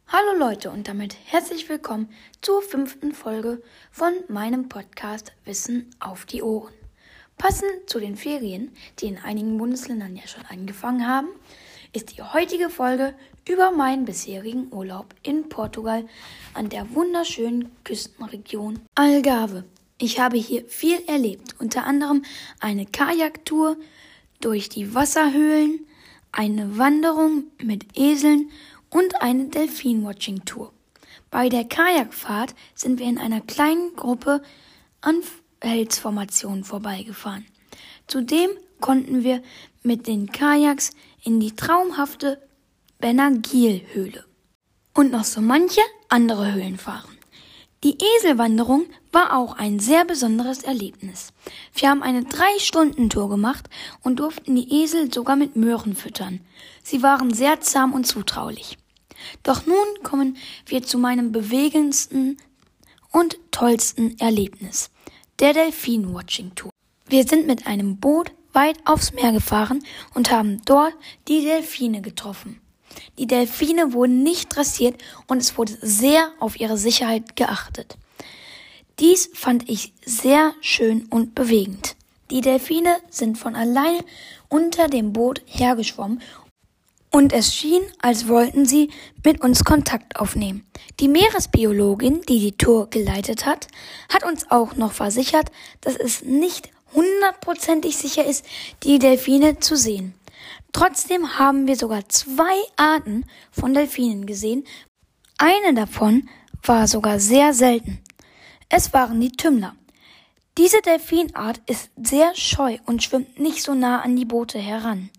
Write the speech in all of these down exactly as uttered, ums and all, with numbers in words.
Hallo Leute und damit herzlich willkommen zur fünften Folge von meinem Podcast Wissen auf die Ohren. Passend zu den Ferien, die in einigen Bundesländern ja schon angefangen haben, ist die heutige Folge über meinen bisherigen Urlaub in Portugal an der wunderschönen Küstenregion Algarve. Ich habe hier viel erlebt, unter anderem eine Kajaktour durch die Wasserhöhlen, eine Wanderung mit Eseln und eine Delfin-Watching-Tour. Bei der Kajakfahrt sind wir in einer kleinen Gruppe an Felsformationen vorbeigefahren. Zudem konnten wir mit den Kajaks in die traumhafte Benagil-Höhle und noch so manche andere Höhlen fahren. Die Eselwanderung war auch ein sehr besonderes Erlebnis. Wir haben eine Drei-Stunden-Tour gemacht und durften die Esel sogar mit Möhren füttern. Sie waren sehr zahm und zutraulich. Doch nun kommen wir zu meinem bewegendsten und tollsten Erlebnis, der Delfin-Watching-Tour. Wir sind mit einem Boot weit aufs Meer gefahren und haben dort die Delfine getroffen. Die Delfine wurden nicht dressiert und es wurde sehr auf ihre Sicherheit geachtet. Dies fand ich sehr schön und bewegend. Die Delfine sind von alleine unter dem Boot hergeschwommen und es schien, als wollten sie mit uns Kontakt aufnehmen. Die Meeresbiologin, die die Tour geleitet hat, hat uns auch noch versichert, dass es nicht hundertprozentig sicher ist, die Delfine zu sehen. Trotzdem haben wir sogar zwei Arten von Delfinen gesehen. Eine davon war sogar sehr selten. Es waren die Tümmler. Diese Delfinart ist sehr scheu und schwimmt nicht so nah an die Boote heran.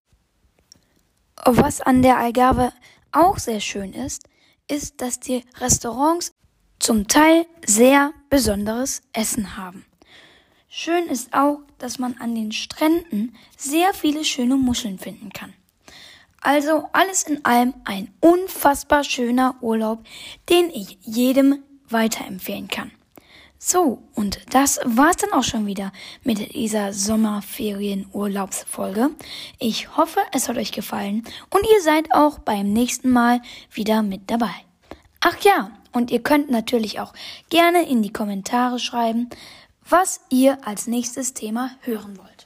Was an der Algarve auch sehr schön ist, ist, dass die Restaurants zum Teil sehr besonderes Essen haben. Schön ist auch, dass man an den Stränden sehr viele schöne Muscheln finden kann. Also alles in allem ein unfassbar schöner Urlaub, den ich jedem weiterempfehlen kann. So, und das war's dann auch schon wieder mit dieser Sommerferien-Urlaubsfolge. Ich hoffe, es hat euch gefallen und ihr seid auch beim nächsten Mal wieder mit dabei. Ach ja, und ihr könnt natürlich auch gerne in die Kommentare schreiben, was ihr als nächstes Thema hören wollt.